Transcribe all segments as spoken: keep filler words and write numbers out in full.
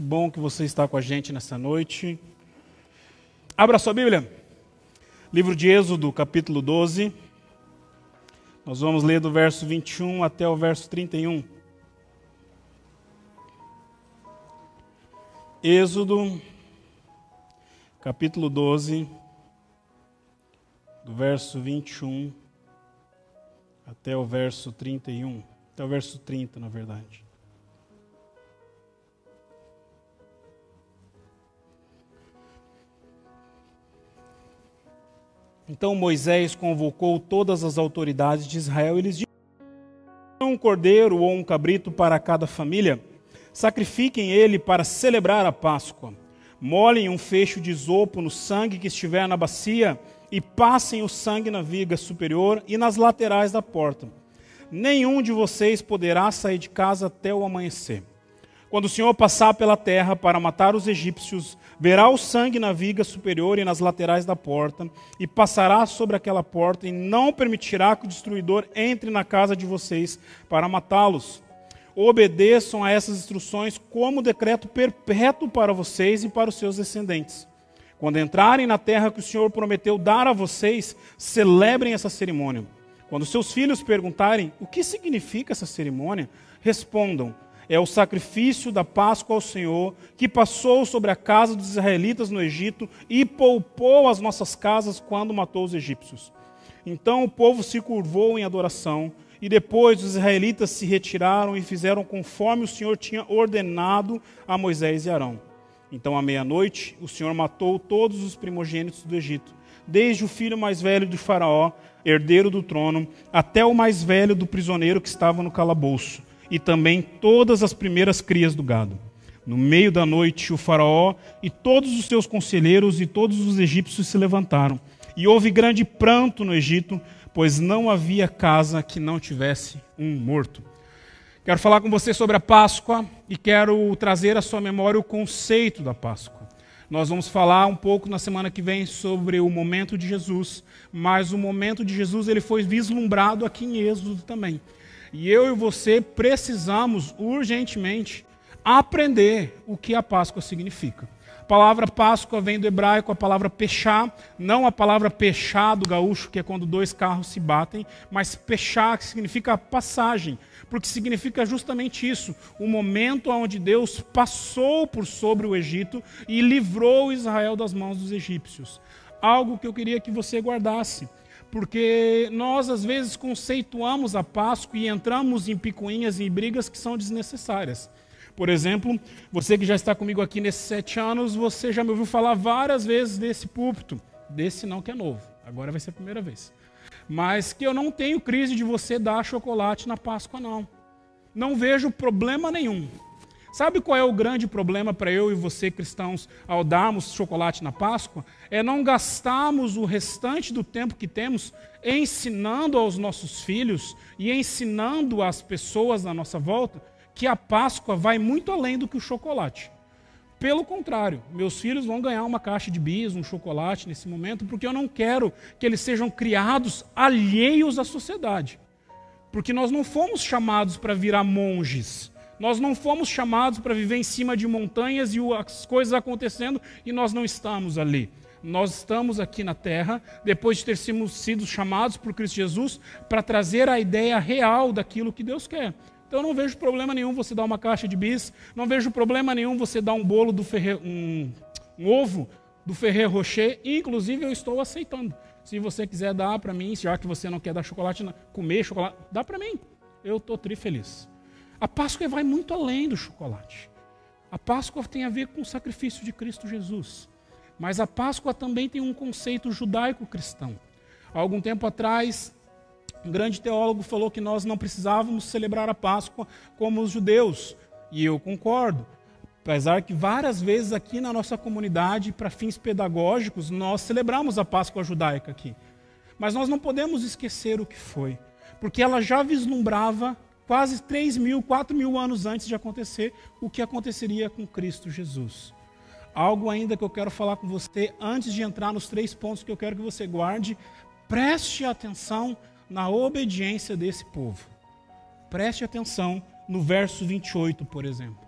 bom que você está com a gente nessa noite. Abra sua Bíblia. Livro de Êxodo, capítulo doze. Nós vamos ler do verso vinte e um até o verso trinta e um. Êxodo, capítulo doze, do verso vinte e um até o verso trinta e um. Até o verso trinta, na verdade. Então Moisés convocou todas as autoridades de Israel e lhes disse: um cordeiro ou um cabrito para cada família, sacrifiquem ele para celebrar a Páscoa. Molhem um fecho de isopo no sangue que estiver na bacia e passem o sangue na viga superior e nas laterais da porta. Nenhum de vocês poderá sair de casa até o amanhecer. Quando o Senhor passar pela terra para matar os egípcios, verá o sangue na viga superior e nas laterais da porta, e passará sobre aquela porta, e não permitirá que o destruidor entre na casa de vocês para matá-los. Obedeçam a essas instruções como decreto perpétuo para vocês e para os seus descendentes. Quando entrarem na terra que o Senhor prometeu dar a vocês, celebrem essa cerimônia. Quando seus filhos perguntarem o que significa essa cerimônia, respondam: é o sacrifício da Páscoa ao Senhor, que passou sobre a casa dos israelitas no Egito e poupou as nossas casas quando matou os egípcios. Então o povo se curvou em adoração, e depois os israelitas se retiraram e fizeram conforme o Senhor tinha ordenado a Moisés e Arão. Então à meia-noite o Senhor matou todos os primogênitos do Egito, desde o filho mais velho de Faraó, herdeiro do trono, até o mais velho do prisioneiro que estava no calabouço, e também todas as primeiras crias do gado. No meio da noite, o faraó e todos os seus conselheiros e todos os egípcios se levantaram. E houve grande pranto no Egito, pois não havia casa que não tivesse um morto. Quero falar com você sobre a Páscoa e quero trazer à sua memória o conceito da Páscoa. Nós vamos falar um pouco na semana que vem sobre o momento de Jesus, mas o momento de Jesus ele foi vislumbrado aqui em Êxodo também. E eu e você precisamos urgentemente aprender o que a Páscoa significa. A palavra Páscoa vem do hebraico a palavra pechá, não a palavra pechá do gaúcho, que é quando dois carros se batem, mas pechá, que significa passagem, porque significa justamente isso, o momento onde Deus passou por sobre o Egito e livrou Israel das mãos dos egípcios. Algo que eu queria que você guardasse. Porque nós, às vezes, conceituamos a Páscoa e entramos em picuinhas e brigas que são desnecessárias. Por exemplo, você que já está comigo aqui nesses sete anos, você já me ouviu falar várias vezes desse púlpito. Desse não que é novo, agora vai ser a primeira vez. Mas que eu não tenho crise de você dar chocolate na Páscoa, não. Não vejo problema nenhum. Sabe qual é o grande problema para eu e você, cristãos, ao darmos chocolate na Páscoa? É não gastarmos o restante do tempo que temos ensinando aos nossos filhos e ensinando às pessoas à nossa volta que a Páscoa vai muito além do que o chocolate. Pelo contrário, meus filhos vão ganhar uma caixa de bis, um chocolate nesse momento, porque eu não quero que eles sejam criados alheios à sociedade. Porque nós não fomos chamados para virar monges. Nós não fomos chamados para viver em cima de montanhas e as coisas acontecendo e nós não estamos ali. Nós estamos aqui na terra, depois de ter sido chamados por Cristo Jesus, para trazer a ideia real daquilo que Deus quer. Então eu não vejo problema nenhum você dar uma caixa de bis, não vejo problema nenhum você dar um bolo do Ferrer, um, um ovo do Ferrer Rocher, inclusive eu estou aceitando. Se você quiser dar para mim, já que você não quer dar chocolate, comer chocolate, dá para mim. Eu estou tri feliz. A Páscoa vai muito além do chocolate. A Páscoa tem a ver com o sacrifício de Cristo Jesus. Mas a Páscoa também tem um conceito judaico-cristão. Há algum tempo atrás, um grande teólogo falou que nós não precisávamos celebrar a Páscoa como os judeus. E eu concordo. Apesar que várias vezes aqui na nossa comunidade, para fins pedagógicos, nós celebramos a Páscoa judaica aqui. Mas nós não podemos esquecer o que foi. Porque ela já vislumbrava quase três mil, quatro mil anos antes de acontecer, o que aconteceria com Cristo Jesus. Algo ainda que eu quero falar com você, antes de entrar nos três pontos que eu quero que você guarde, preste atenção na obediência desse povo. Preste atenção no verso vinte e oito, por exemplo.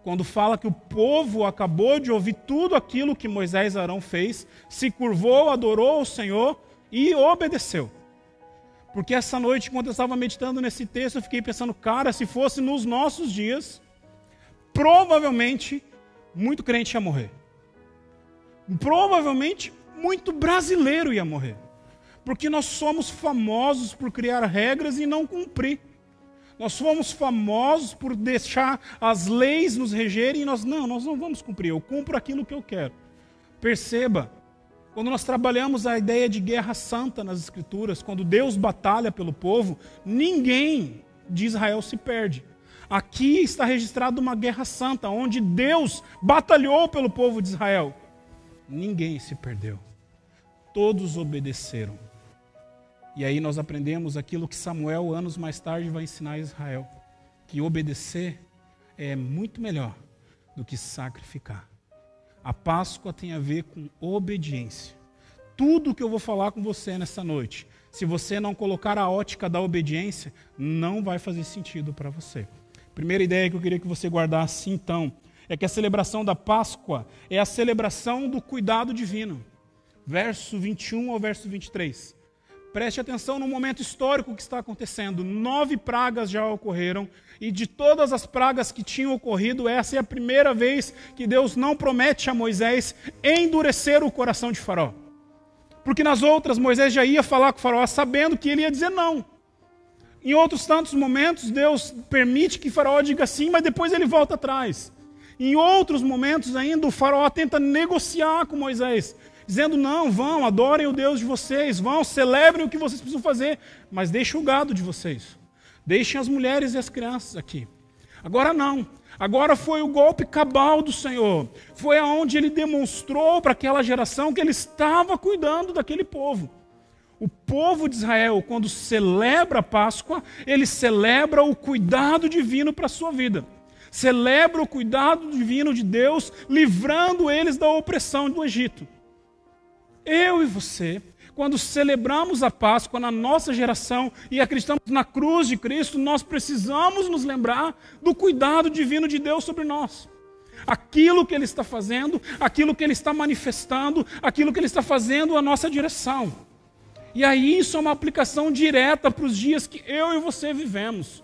quando fala que o povo acabou de ouvir tudo aquilo que Moisés e Arão fez, se curvou, adorou o Senhor e obedeceu. Porque essa noite, quando eu estava meditando nesse texto, eu fiquei pensando, cara, se fosse nos nossos dias, provavelmente muito crente ia morrer. Provavelmente muito brasileiro ia morrer. Porque nós somos famosos por criar regras e não cumprir. Nós somos famosos por deixar as leis nos regerem e nós, não, nós não vamos cumprir, eu cumpro aquilo que eu quero. Perceba, quando nós trabalhamos a ideia de guerra santa nas Escrituras, quando Deus batalha pelo povo, ninguém de Israel se perde. Aqui está registrada uma guerra santa, onde Deus batalhou pelo povo de Israel. Ninguém se perdeu. Todos obedeceram. E aí nós aprendemos aquilo que Samuel, anos mais tarde, vai ensinar a Israel. Que obedecer é muito melhor do que sacrificar. A Páscoa tem a ver com obediência. Tudo que eu vou falar com você nessa noite, se você não colocar a ótica da obediência, não vai fazer sentido para você. Primeira ideia que eu queria que você guardasse então, é que a celebração da Páscoa é a celebração do cuidado divino. Verso vinte e um ao verso vinte e três. Preste atenção no momento histórico que está acontecendo. Nove pragas já ocorreram, e de todas as pragas que tinham ocorrido, essa é a primeira vez que Deus não promete a Moisés endurecer o coração de Faraó. Porque nas outras, Moisés já ia falar com Faraó, sabendo que ele ia dizer não. Em outros tantos momentos, Deus permite que Faraó diga sim, mas depois ele volta atrás. Em outros momentos ainda, o Faraó tenta negociar com Moisés, dizendo, não, vão, adorem o Deus de vocês, vão, celebrem o que vocês precisam fazer, mas deixem o gado de vocês, deixem as mulheres e as crianças aqui. Agora não, agora foi o golpe cabal do Senhor, foi aonde ele demonstrou para aquela geração que ele estava cuidando daquele povo. O povo de Israel, quando celebra a Páscoa, ele celebra o cuidado divino para a sua vida. Celebra o cuidado divino de Deus, livrando eles da opressão do Egito. Eu e você, quando celebramos a Páscoa na nossa geração e acreditamos na cruz de Cristo, nós precisamos nos lembrar do cuidado divino de Deus sobre nós. Aquilo que Ele está fazendo, aquilo que Ele está manifestando, aquilo que Ele está fazendo na nossa direção. E aí isso é uma aplicação direta para os dias que eu e você vivemos.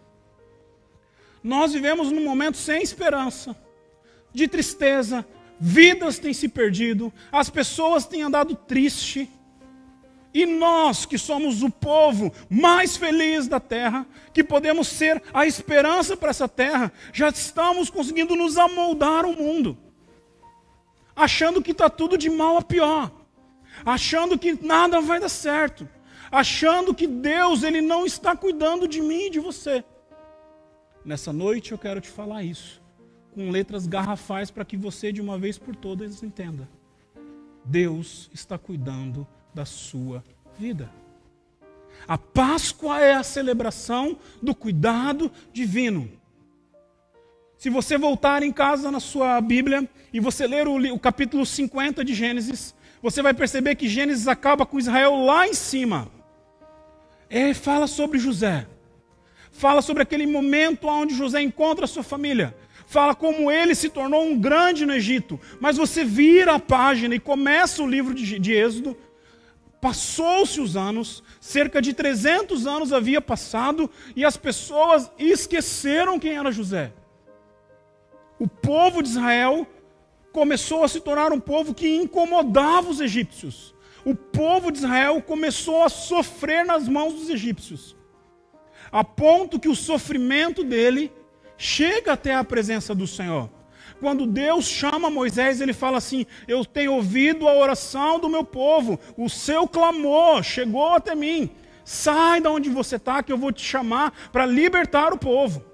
Nós vivemos num momento sem esperança, de tristeza, vidas têm se perdido, as pessoas têm andado triste, e nós que somos o povo mais feliz da terra, que podemos ser a esperança para essa terra, já estamos conseguindo nos amoldar ao mundo, achando que está tudo de mal a pior, achando que nada vai dar certo, achando que Deus ele não está cuidando de mim e de você. Nessa noite eu quero te falar isso, com letras garrafais para que você de uma vez por todas entenda. Deus está cuidando da sua vida. A Páscoa é a celebração do cuidado divino. Se você voltar em casa na sua Bíblia e você ler o, o capítulo cinquenta de Gênesis, você vai perceber que Gênesis acaba com Israel lá em cima. Ele fala sobre José. Fala sobre aquele momento onde José encontra a sua família. Fala como ele se tornou um grande no Egito. Mas você vira a página e começa o livro de, de Êxodo. Passou-se os anos, cerca de trezentos anos havia passado, e as pessoas esqueceram quem era José. O povo de Israel começou a se tornar um povo que incomodava os egípcios. O povo de Israel começou a sofrer nas mãos dos egípcios, a ponto que o sofrimento dele chega até a presença do Senhor. Quando Deus chama Moisés, ele fala assim, eu tenho ouvido a oração do meu povo, o seu clamor chegou até mim. Sai de onde você está que eu vou te chamar para libertar o povo.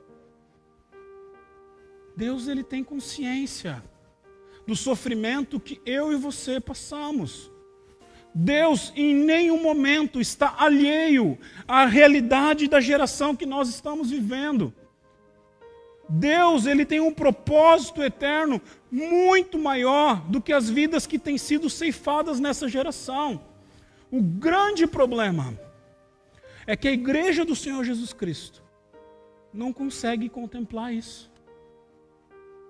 Deus ele tem consciência do sofrimento que eu e você passamos. Deus em nenhum momento está alheio à realidade da geração que nós estamos vivendo. Deus ele tem um propósito eterno muito maior do que as vidas que têm sido ceifadas nessa geração. O grande problema é que a igreja do Senhor Jesus Cristo não consegue contemplar isso.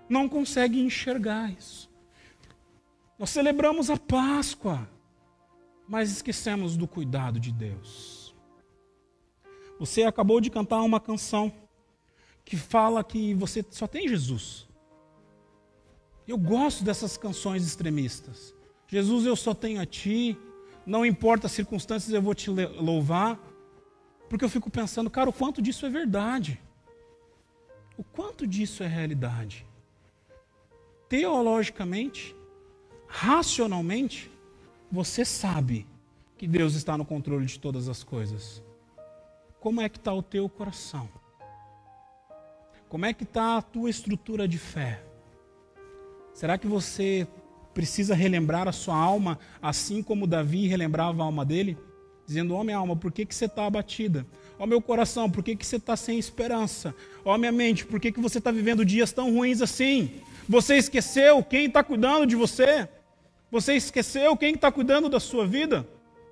não consegue enxergar isso. Nós celebramos a Páscoa, mas esquecemos do cuidado de Deus. Você acabou de cantar uma canção que fala que você só tem Jesus. Eu gosto dessas canções extremistas. Jesus, eu só tenho a Ti, não importa as circunstâncias, eu vou Te louvar. Porque eu fico pensando, cara, o quanto disso é verdade. O quanto disso é realidade. Teologicamente, racionalmente, você sabe que Deus está no controle de todas as coisas. Como é que está o teu coração? Como é que está a tua estrutura de fé? Será que você precisa relembrar a sua alma, assim como Davi relembrava a alma dele? Dizendo, ó minha alma, por que, que você está abatida? Ó meu coração, por que, que você está sem esperança? Ó minha mente, por que, que você está vivendo dias tão ruins assim? Você esqueceu quem está cuidando de você? Você esqueceu quem está cuidando da sua vida?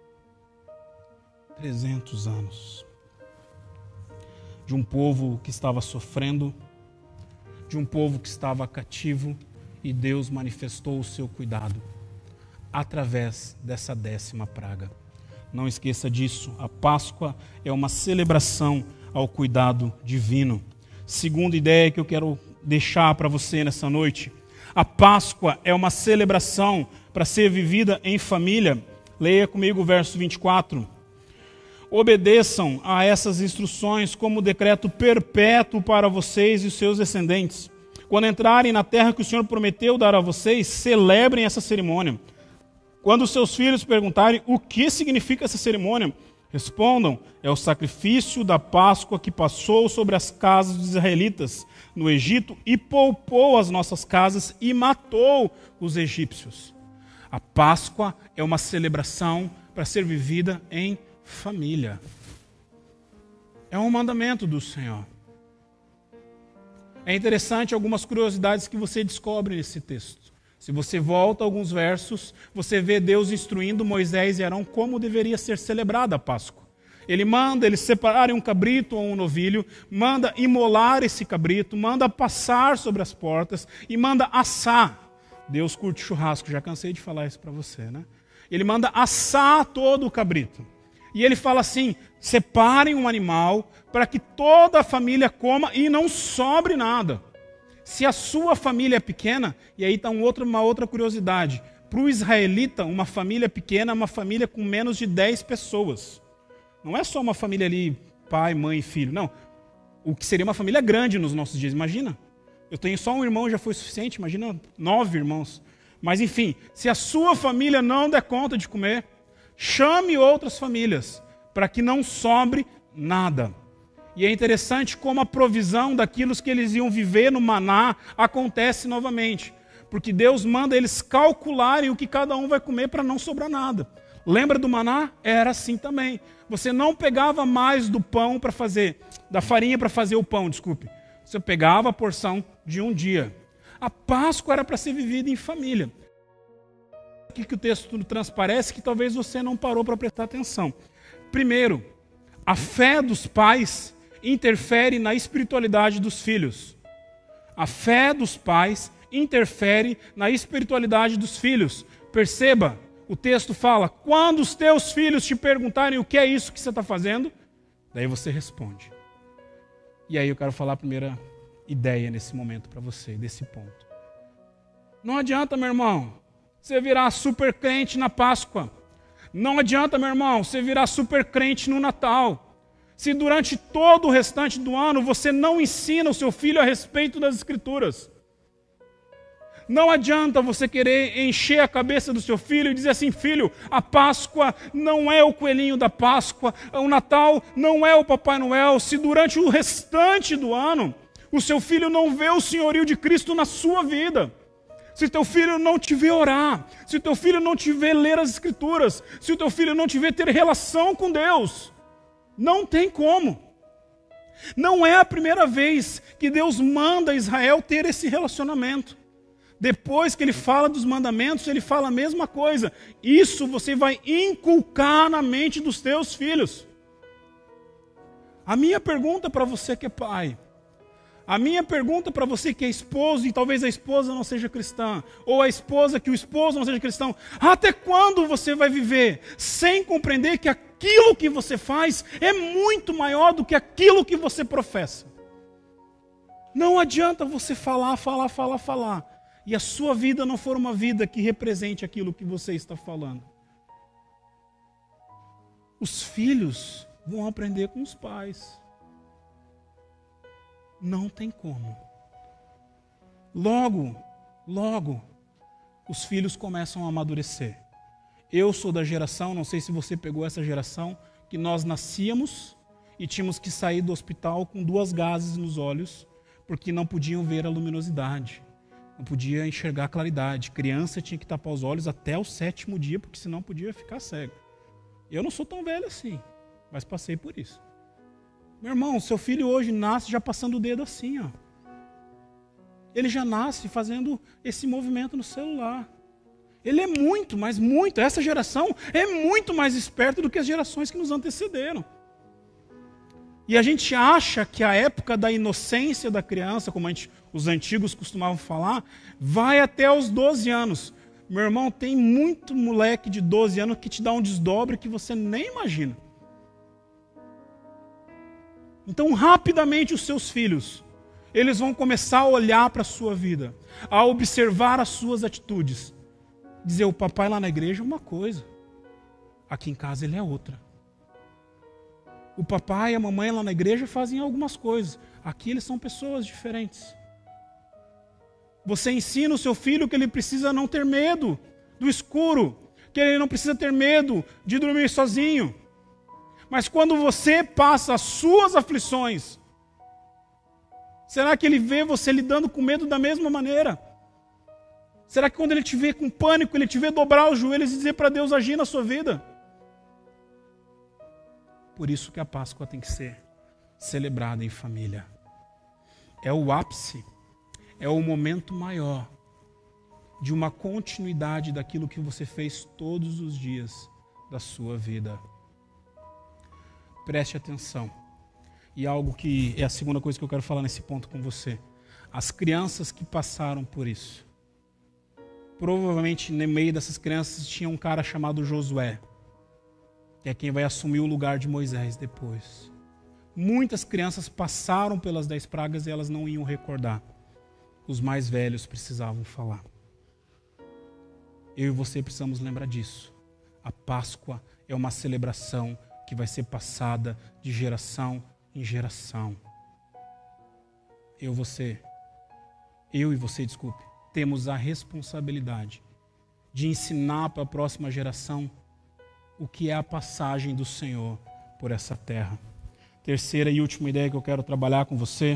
trezentos anos. De um povo que estava sofrendo, de um povo que estava cativo, e Deus manifestou o seu cuidado através dessa décima praga. Não esqueça disso, a Páscoa é uma celebração ao cuidado divino. Segunda ideia que eu quero deixar para você nessa noite, a Páscoa é uma celebração para ser vivida em família. Leia comigo o verso vinte e quatro. Obedeçam a essas instruções como decreto perpétuo para vocês e os seus descendentes. Quando entrarem na terra que o Senhor prometeu dar a vocês, celebrem essa cerimônia. Quando os seus filhos perguntarem o que significa essa cerimônia, respondam, é o sacrifício da Páscoa que passou sobre as casas dos israelitas no Egito e poupou as nossas casas e matou os egípcios. A Páscoa é uma celebração para ser vivida em família. É um mandamento do Senhor. É interessante algumas curiosidades que você descobre nesse texto. Se você volta alguns versos, você vê Deus instruindo Moisés e Arão como deveria ser celebrada a Páscoa. Ele manda eles separarem um cabrito ou um novilho, manda imolar esse cabrito, manda passar sobre as portas e manda assar. Deus curte churrasco, já cansei de falar isso para você, né? Ele manda assar todo o cabrito. E ele fala assim, separem um animal para que toda a família coma e não sobre nada. Se a sua família é pequena, e aí está um outro, uma outra curiosidade, para o israelita, uma família pequena é uma família com menos de dez pessoas. Não é só uma família ali, pai, mãe e filho, não. O que seria uma família grande nos nossos dias, imagina. Eu tenho só um irmão, já foi suficiente, imagina nove irmãos. Mas enfim, se a sua família não der conta de comer, chame outras famílias, para que não sobre nada. E é interessante como a provisão daquilo que eles iam viver no maná acontece novamente. Porque Deus manda eles calcularem o que cada um vai comer para não sobrar nada. Lembra do maná? Era assim também. Você não pegava mais do pão para fazer, da farinha para fazer o pão, desculpe. Você pegava a porção de um dia. A Páscoa era para ser vivida em família. O que o texto transparece que talvez você não parou para prestar atenção. Primeiro, a fé dos pais interfere na espiritualidade dos filhos. A fé dos pais interfere na espiritualidade dos filhos. Perceba, o texto fala, quando os teus filhos te perguntarem o que é isso que você está fazendo, daí você responde. E aí eu quero falar a primeira ideia nesse momento para você, desse ponto. Não adianta, meu irmão, você virar super crente na Páscoa. Não adianta, meu irmão, você virar super crente no Natal. Se durante todo o restante do ano você não ensina o seu filho a respeito das Escrituras. Não adianta você querer encher a cabeça do seu filho e dizer assim, filho, a Páscoa não é o coelhinho da Páscoa, o Natal não é o Papai Noel, se durante o restante do ano o seu filho não vê o senhorio de Cristo na sua vida. Se teu filho não te vê orar, se teu filho não te vê ler as Escrituras, se o teu filho não te vê ter relação com Deus, não tem como. Não é a primeira vez que Deus manda Israel ter esse relacionamento. Depois que ele fala dos mandamentos, ele fala a mesma coisa. Isso você vai inculcar na mente dos teus filhos. A minha pergunta para você que é pai, A minha pergunta para você que é esposo, e talvez a esposa não seja cristã, ou a esposa que o esposo não seja cristão, até quando você vai viver sem compreender que aquilo que você faz é muito maior do que aquilo que você professa? Não adianta você falar, falar, falar, falar, e a sua vida não for uma vida que represente aquilo que você está falando. Os filhos vão aprender com os pais. Não tem como. Logo, logo, os filhos começam a amadurecer. Eu sou da geração, não sei se você pegou essa geração, que nós nascíamos e tínhamos que sair do hospital com duas gases nos olhos, porque não podiam ver a luminosidade, não podia enxergar a claridade. Criança tinha que tapar os olhos até o sétimo dia, porque senão podia ficar cego. Eu não sou tão velho assim, mas passei por isso. Meu irmão, seu filho hoje nasce já passando o dedo assim, ó. Ele já nasce fazendo esse movimento no celular. Ele é muito, mas muito, essa geração é muito mais esperta do que as gerações que nos antecederam. E a gente acha que a época da inocência da criança, como a gente, os antigos costumavam falar, vai até os doze anos. Meu irmão, tem muito moleque de doze anos que te dá um desdobre que você nem imagina. Então, rapidamente, os seus filhos, eles vão começar a olhar para a sua vida, a observar as suas atitudes. Dizer, o papai lá na igreja é uma coisa, aqui em casa ele é outra. O papai e a mamãe lá na igreja fazem algumas coisas, aqui eles são pessoas diferentes. Você ensina o seu filho que ele precisa não ter medo do escuro, que ele não precisa ter medo de dormir sozinho. Mas quando você passa as suas aflições, será que ele vê você lidando com medo da mesma maneira? Será que quando ele te vê com pânico, ele te vê dobrar os joelhos e dizer para Deus agir na sua vida? Por isso que a Páscoa tem que ser celebrada em família. É o ápice, é o momento maior de uma continuidade daquilo que você fez todos os dias da sua vida. Preste atenção. E algo que é a segunda coisa que eu quero falar nesse ponto com você. As crianças que passaram por isso. Provavelmente no meio dessas crianças tinha um cara chamado Josué, que é quem vai assumir o lugar de Moisés depois. Muitas crianças passaram pelas dez pragas e elas não iam recordar. Os mais velhos precisavam falar. Eu e você precisamos lembrar disso. A Páscoa é uma celebração que vai ser passada de geração em geração. Eu, você, eu e você, desculpe, temos a responsabilidade de ensinar para a próxima geração o que é a passagem do Senhor por essa terra. Terceira e última ideia que eu quero trabalhar com você.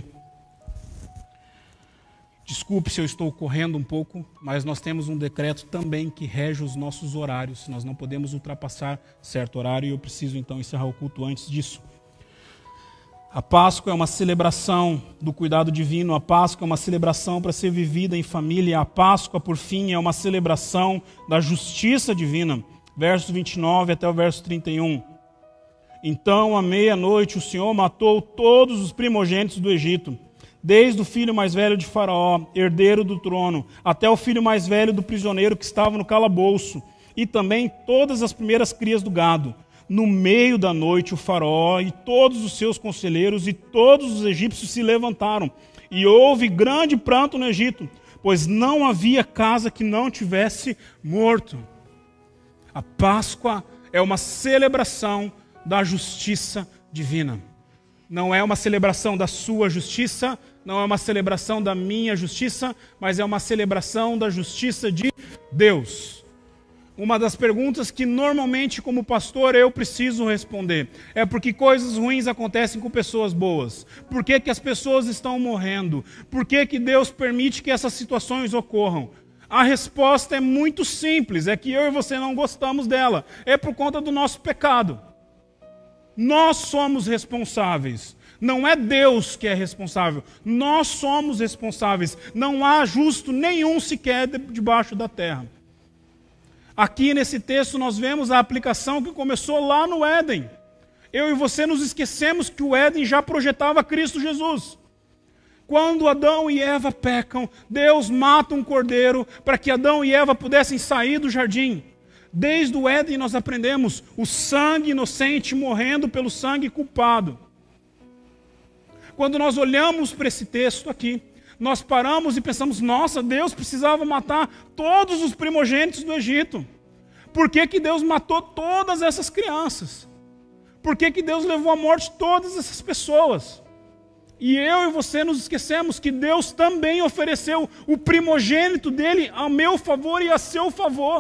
Desculpe se eu estou correndo um pouco, mas nós temos um decreto também que rege os nossos horários. Nós não podemos ultrapassar certo horário e eu preciso então encerrar o culto antes disso. A Páscoa é uma celebração do cuidado divino. A Páscoa é uma celebração para ser vivida em família. A Páscoa, por fim, é uma celebração da justiça divina. Verso vinte e nove até o verso trinta e um. Então, à meia-noite, o Senhor matou todos os primogênitos do Egito, desde o filho mais velho de Faraó, herdeiro do trono, até o filho mais velho do prisioneiro que estava no calabouço, e também todas as primeiras crias do gado. No meio da noite, o Faraó e todos os seus conselheiros e todos os egípcios se levantaram, e houve grande pranto no Egito, pois não havia casa que não tivesse morto. A Páscoa é uma celebração da justiça divina. Não é uma celebração da sua justiça, não é uma celebração da minha justiça, mas é uma celebração da justiça de Deus. Uma das perguntas que normalmente como pastor eu preciso responder é porque coisas ruins acontecem com pessoas boas. Por que que as pessoas estão morrendo? Por que que Deus permite que essas situações ocorram? A resposta é muito simples, é que eu e você não gostamos dela. É por conta do nosso pecado. Nós somos responsáveis. Não é Deus que é responsável. Nós somos responsáveis. Não há justo nenhum sequer debaixo da terra. Aqui nesse texto nós vemos a aplicação que começou lá no Éden. Eu e você nos esquecemos que o Éden já projetava Cristo Jesus. Quando Adão e Eva pecam, Deus mata um cordeiro para que Adão e Eva pudessem sair do jardim. Desde o Éden nós aprendemos o sangue inocente morrendo pelo sangue culpado. Quando nós olhamos para esse texto aqui, nós paramos e pensamos, nossa, Deus precisava matar todos os primogênitos do Egito. Por que que Deus matou todas essas crianças? Por que que Deus levou à morte todas essas pessoas? E eu e você nos esquecemos que Deus também ofereceu o primogênito dele a meu favor e a seu favor.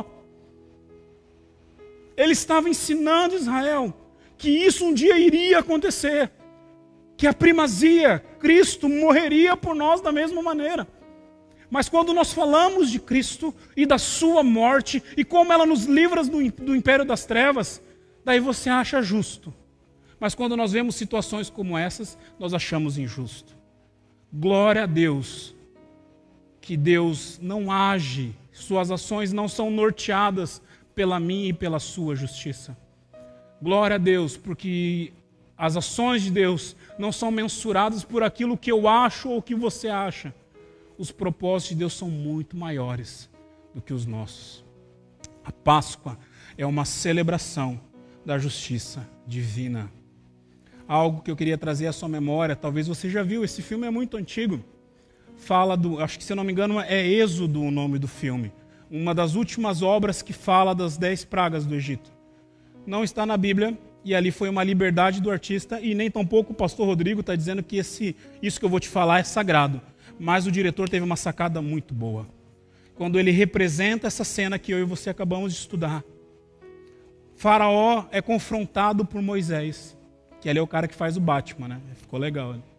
Ele estava ensinando Israel que isso um dia iria acontecer. Que a primazia, Cristo morreria por nós da mesma maneira. Mas quando nós falamos de Cristo e da sua morte e como ela nos livra do, do império das trevas, daí você acha justo. Mas quando nós vemos situações como essas, nós achamos injusto. Glória a Deus, que Deus não age, suas ações não são norteadas pela minha e pela sua justiça. Glória a Deus, porque as ações de Deus não são mensuradas por aquilo que eu acho ou que você acha. Os propósitos de Deus são muito maiores do que os nossos. A Páscoa é uma celebração da justiça divina. Algo que eu queria trazer à sua memória, talvez você já viu, esse filme é muito antigo. Fala do, acho que se eu não me engano é Êxodo o nome do filme. Uma das últimas obras que fala das dez pragas do Egito. Não está na Bíblia, e ali foi uma liberdade do artista, e nem tampouco o pastor Rodrigo está dizendo que esse, isso que eu vou te falar é sagrado. Mas o diretor teve uma sacada muito boa. Quando ele representa essa cena que eu e você acabamos de estudar. Faraó é confrontado por Moisés, que ali é o cara que faz o Batman, né? Ficou legal. Né?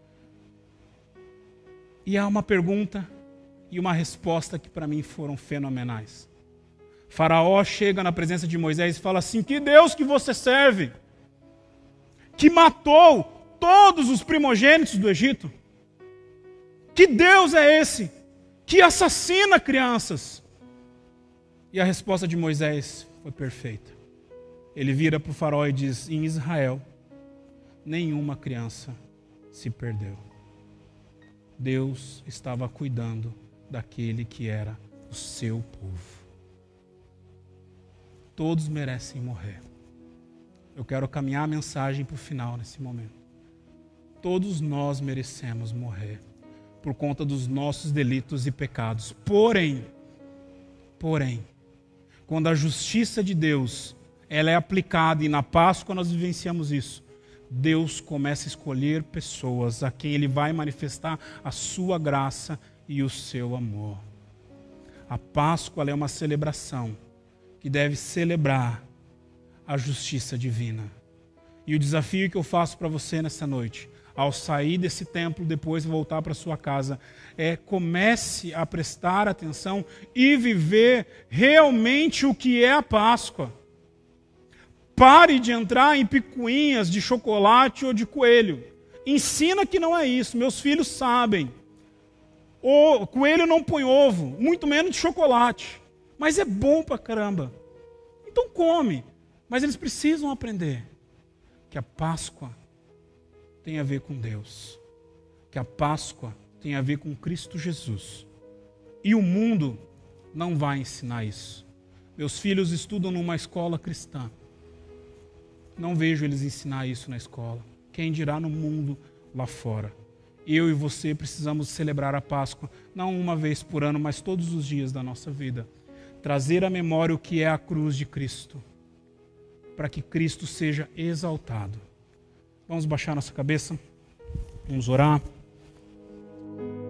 E há uma pergunta e uma resposta que para mim foram fenomenais. Faraó chega na presença de Moisés e fala assim, que Deus que você serve? Que matou todos os primogênitos do Egito? Que Deus é esse? Que assassina crianças? E a resposta de Moisés foi perfeita. Ele vira para o faraó e diz, em Israel, nenhuma criança se perdeu. Deus estava cuidando daquele que era o seu povo. Todos merecem morrer. Eu quero caminhar a mensagem para o final nesse momento. Todos nós merecemos morrer por conta dos nossos delitos e pecados. Porém, porém, quando a justiça de Deus ela é aplicada, e na Páscoa nós vivenciamos isso, Deus começa a escolher pessoas a quem Ele vai manifestar a sua graça e o seu amor. A Páscoa ela é uma celebração que deve celebrar a justiça divina. E o desafio que eu faço para você nessa noite, ao sair desse templo, depois voltar para sua casa, é comece a prestar atenção e viver realmente o que é a Páscoa. Pare de entrar em picuinhas de chocolate ou de coelho. Ensina que não é isso. Meus filhos sabem. O coelho não põe ovo, muito menos de chocolate. Mas é bom pra caramba. Então come. Mas eles precisam aprender que a Páscoa tem a ver com Deus. Que a Páscoa tem a ver com Cristo Jesus. E o mundo não vai ensinar isso. Meus filhos estudam numa escola cristã. Não vejo eles ensinar isso na escola. Quem dirá no mundo lá fora. Eu e você precisamos celebrar a Páscoa, não uma vez por ano, mas todos os dias da nossa vida. Trazer à memória o que é a cruz de Cristo, para que Cristo seja exaltado. Vamos baixar nossa cabeça, vamos orar.